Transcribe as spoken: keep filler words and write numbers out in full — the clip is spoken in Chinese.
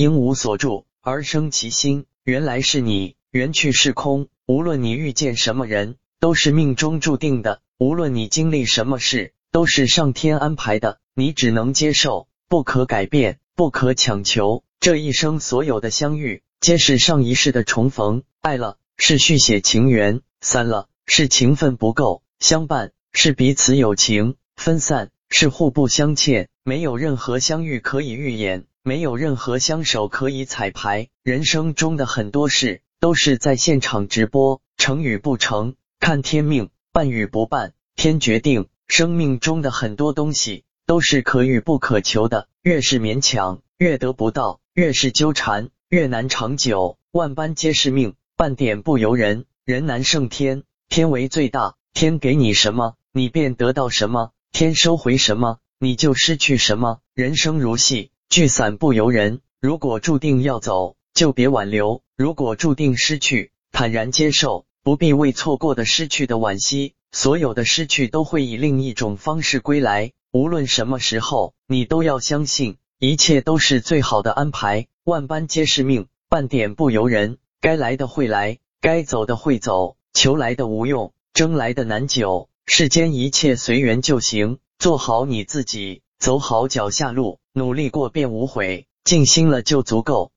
因无所住而生其心，原来是你，缘去是空。无论你遇见什么人，都是命中注定的；无论你经历什么事，都是上天安排的。你只能接受，不可改变，不可强求。这一生所有的相遇，皆是上一世的重逢。爱了，是续写情缘；散了，是情分不够；相伴，是彼此有情；分散，是互不相欠。没有任何相遇可以预演，没有任何相守可以彩排。人生中的很多事，都是在现场直播，成与不成，看天命；办与不办，天决定。生命中的很多东西，都是可遇不可求的，越是勉强，越得不到；越是纠缠，越难长久。万般皆是命，半点不由人。人难胜天，天为最大，天给你什么，你便得到什么；天收回什么，你就失去什么。人生如戏，聚散不由人。如果注定要走，就别挽留；如果注定失去，坦然接受，不必为错过的失去的惋惜。所有的失去都会以另一种方式归来，无论什么时候，你都要相信，一切都是最好的安排。万般皆是命，半点不由人。该来的会来，该走的会走，求来的无用，争来的难久。世间一切随缘就行，做好你自己，走好脚下路，努力过便无悔，尽心了就足够。